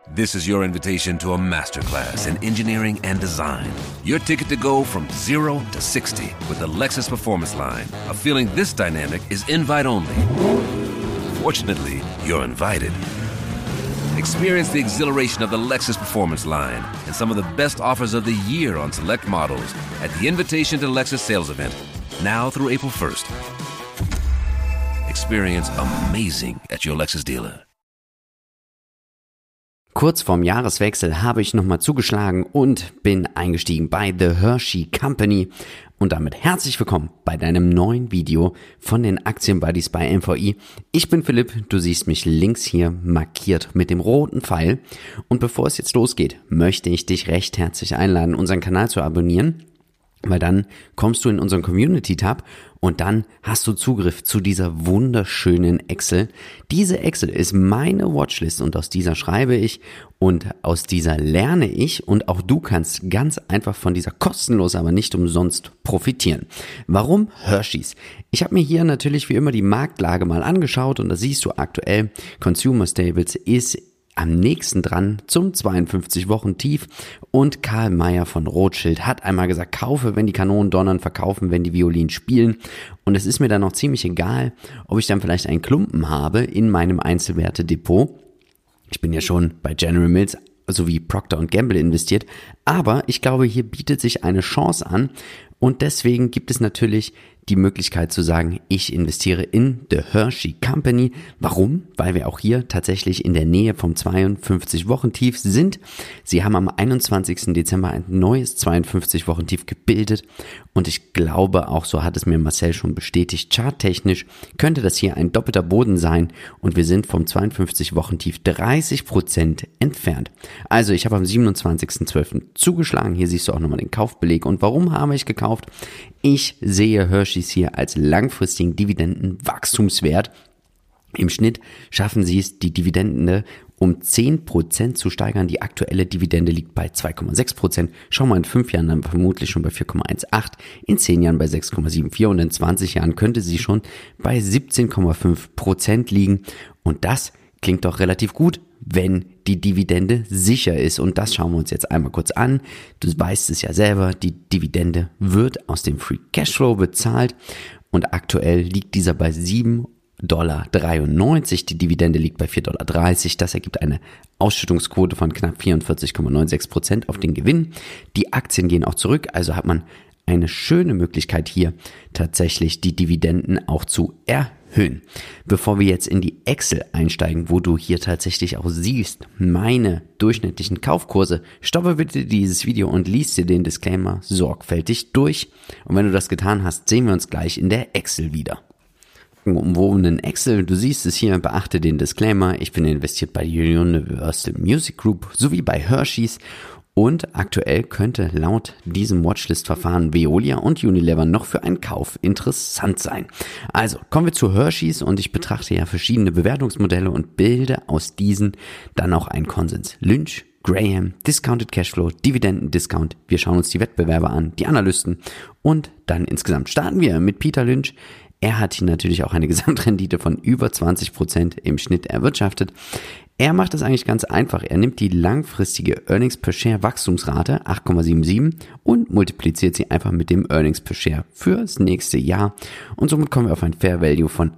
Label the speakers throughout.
Speaker 1: This is your invitation to a masterclass in engineering and design. Your ticket to go from 0 to 60 with the Lexus Performance Line. A feeling this dynamic is invite only. Fortunately, you're invited. Experience the exhilaration of the Lexus Performance Line and some of the best offers of the year on select models at the Invitation to Lexus sales event, now through April 1st. Experience amazing at your Lexus dealer.
Speaker 2: Kurz vorm Jahreswechsel habe ich nochmal zugeschlagen und bin eingestiegen bei The Hershey Company. Und damit herzlich willkommen bei deinem neuen Video von den Aktienbuddies bei MVI. Ich bin Philipp, du siehst mich links hier markiert mit dem roten Pfeil. Und bevor es jetzt losgeht, möchte ich dich recht herzlich einladen, unseren Kanal zu abonnieren. Weil dann kommst du in unseren Community-Tab und dann hast du Zugriff zu dieser wunderschönen Excel. Diese Excel ist meine Watchlist und aus dieser schreibe ich und aus dieser lerne ich und auch du kannst ganz einfach von dieser kostenlos, aber nicht umsonst profitieren. Warum Hershey's? Ich habe mir hier natürlich wie immer die Marktlage mal angeschaut und da siehst du aktuell, Consumer Staples ist am nächsten dran zum 52-Wochen-Tief und Karl Mayer von Rothschild hat einmal gesagt, kaufe, wenn die Kanonen donnern, verkaufen, wenn die Violinen spielen. Und es ist mir dann noch ziemlich egal, ob ich dann vielleicht einen Klumpen habe in meinem Einzelwerte-Depot. Ich bin ja schon bei General Mills sowie Procter & Gamble investiert, aber ich glaube, hier bietet sich eine Chance an und deswegen gibt es natürlich die Möglichkeit zu sagen, ich investiere in The Hershey Company. Warum? Weil wir auch hier tatsächlich in der Nähe vom 52-Wochen-Tief sind. Sie haben am 21. Dezember ein neues 52-Wochen-Tief gebildet und ich glaube, auch so hat es mir Marcel schon bestätigt, charttechnisch könnte das hier ein doppelter Boden sein und wir sind vom 52-Wochen-Tief 30% entfernt. Also ich habe am 27.12. zugeschlagen. Hier siehst du auch nochmal den Kaufbeleg. Und warum habe ich gekauft? Ich sehe Hershey's hier als langfristigen Dividendenwachstumswert. Im Schnitt schaffen sie es, die Dividende um 10% zu steigern. Die aktuelle Dividende liegt bei 2,6%. Schau mal, in 5 Jahren dann vermutlich schon bei 4,18%, in 10 Jahren bei 6,74% und in 20 Jahren könnte sie schon bei 17,5% liegen. Und das klingt doch relativ gut, wenn die Dividende sicher ist. Und das schauen wir uns jetzt einmal kurz an. Du weißt es ja selber, die Dividende wird aus dem Free Cashflow bezahlt und aktuell liegt dieser bei $7,93. Die Dividende liegt bei $4,30. Das ergibt eine Ausschüttungsquote von knapp 44,96% auf den Gewinn. Die Aktien gehen auch zurück, also hat man eine schöne Möglichkeit hier tatsächlich die Dividenden auch zu erhöhen. Bevor wir jetzt in die Excel einsteigen, wo du hier tatsächlich auch siehst, meine durchschnittlichen Kaufkurse, stoppe bitte dieses Video und lies dir den Disclaimer sorgfältig durch. Und wenn du das getan hast, sehen wir uns gleich in der Excel wieder. Umwobenen Excel, du siehst es hier, beachte den Disclaimer. Ich bin investiert bei Universal Music Group sowie bei Hershey's. Und aktuell könnte laut diesem Watchlist-Verfahren Veolia und Unilever noch für einen Kauf interessant sein. Also kommen wir zu Hershey's und ich betrachte ja verschiedene Bewertungsmodelle und bilde aus diesen dann auch einen Konsens. Lynch, Graham, Discounted Cashflow, Dividenden-Discount. Wir schauen uns die Wettbewerber an, die Analysten und dann insgesamt starten wir mit Peter Lynch. Er hat hier natürlich auch eine Gesamtrendite von über 20% im Schnitt erwirtschaftet. Er macht es eigentlich ganz einfach. Er nimmt die langfristige Earnings per Share Wachstumsrate 8,77 und multipliziert sie einfach mit dem Earnings per Share fürs nächste Jahr. Und somit kommen wir auf ein Fair Value von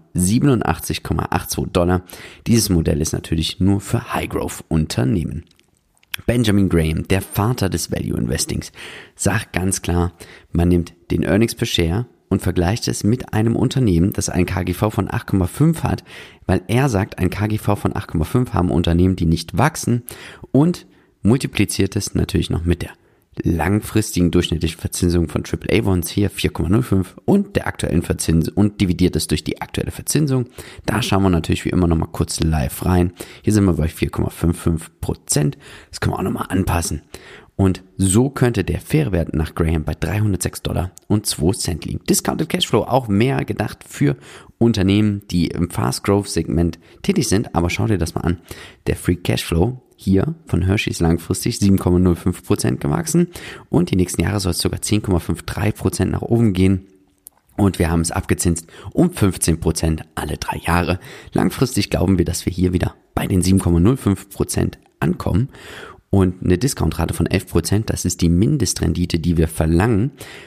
Speaker 2: $87,82. Dieses Modell ist natürlich nur für High-Growth-Unternehmen. Benjamin Graham, der Vater des Value Investings, sagt ganz klar, man nimmt den Earnings per Share und vergleicht es mit einem Unternehmen, das ein KGV von 8,5 hat, weil er sagt, ein KGV von 8,5 haben Unternehmen, die nicht wachsen und multipliziert es natürlich noch mit der langfristigen durchschnittlichen Verzinsung von AAA-Bonds, hier 4,05 und der aktuellen Verzinsung und dividiert es durch die aktuelle Verzinsung. Da schauen wir natürlich wie immer nochmal kurz live rein. Hier sind wir bei 4,55%. Das können wir auch nochmal anpassen. Und so könnte der faire Wert nach Graham bei $306,02 liegen. Discounted Cashflow auch mehr gedacht für Unternehmen, die im Fast Growth Segment tätig sind. Aber schau dir das mal an. Der Free Cashflow hier von Hershey's langfristig 7,05% gewachsen. Und die nächsten Jahre soll es sogar 10,53% nach oben gehen. Und wir haben es abgezinst um 15% alle 3 Jahre. Langfristig glauben wir, dass wir hier wieder bei den 7,05% ankommen. Und eine Discountrate von 11%, das ist die Mindestrendite, die wir verlangen,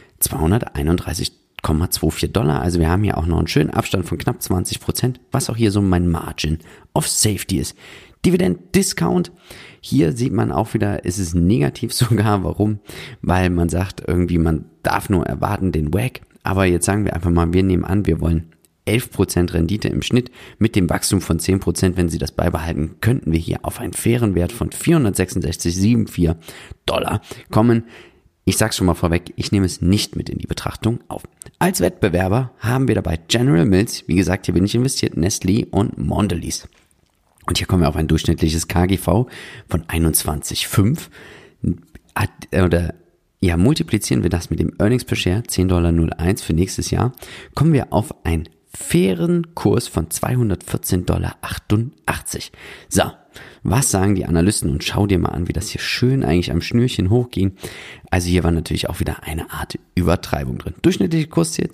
Speaker 2: $231,24. Also wir haben hier auch noch einen schönen Abstand von knapp 20%, was auch hier so mein Margin of Safety ist. Dividend-Discount, hier sieht man auch wieder, ist es negativ sogar. Warum? Weil man sagt irgendwie, man darf nur erwarten den WACC. Aber jetzt sagen wir einfach mal, wir nehmen an, wir wollen 11% Rendite im Schnitt mit dem Wachstum von 10%. Wenn Sie das beibehalten, könnten wir hier auf einen fairen Wert von $466,74 kommen. Ich sag's schon mal vorweg, ich nehme es nicht mit in die Betrachtung auf. Als Wettbewerber haben wir dabei General Mills, wie gesagt, hier bin ich investiert, Nestlé und Mondelez. Und hier kommen wir auf ein durchschnittliches KGV von 21,5. Multiplizieren wir das mit dem Earnings per Share, $10,01 für nächstes Jahr, kommen wir auf einen fairen Kurs von $214,88. So, was sagen die Analysten? Und schau dir mal an, wie das hier schön eigentlich am Schnürchen hochging. Also hier war natürlich auch wieder eine Art Übertreibung drin. Durchschnittliche Kursziel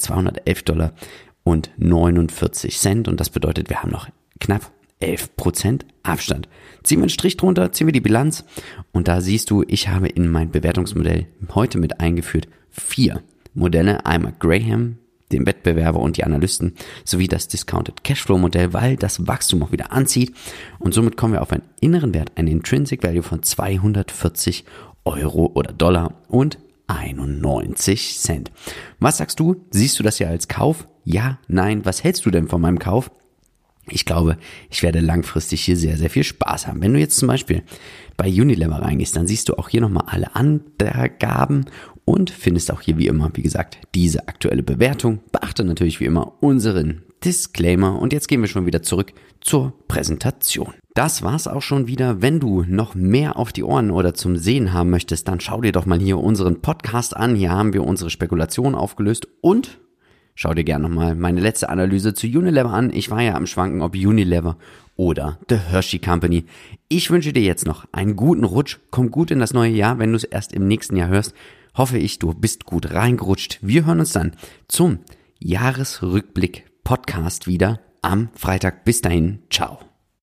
Speaker 2: $211,49. Und das bedeutet, wir haben noch knapp 11% Abstand. Ziehen wir einen Strich drunter, ziehen wir die Bilanz und da siehst du, ich habe in mein Bewertungsmodell heute mit eingeführt 4 Modelle, einmal Graham, den Wettbewerber und die Analysten, sowie das Discounted Cashflow Modell, weil das Wachstum auch wieder anzieht und somit kommen wir auf einen inneren Wert, einen Intrinsic Value von 240 Euro oder Dollar und 91 Cent. Was sagst du? Siehst du das ja als Kauf? Ja, nein, was hältst du denn von meinem Kauf? Ich glaube, ich werde langfristig hier sehr, sehr viel Spaß haben. Wenn du jetzt zum Beispiel bei Unilever reingehst, dann siehst du auch hier nochmal alle Angaben und findest auch hier wie immer, wie gesagt, diese aktuelle Bewertung. Beachte natürlich wie immer unseren Disclaimer und jetzt gehen wir schon wieder zurück zur Präsentation. Das war's auch schon wieder. Wenn du noch mehr auf die Ohren oder zum Sehen haben möchtest, dann schau dir doch mal hier unseren Podcast an. Hier haben wir unsere Spekulation aufgelöst und schau dir gerne nochmal meine letzte Analyse zu Unilever an. Ich war ja am Schwanken, ob Unilever oder The Hershey Company. Ich wünsche dir jetzt noch einen guten Rutsch. Komm gut in das neue Jahr. Wenn du es erst im nächsten Jahr hörst, hoffe ich, du bist gut reingerutscht. Wir hören uns dann zum Jahresrückblick-Podcast wieder am Freitag. Bis dahin, ciao.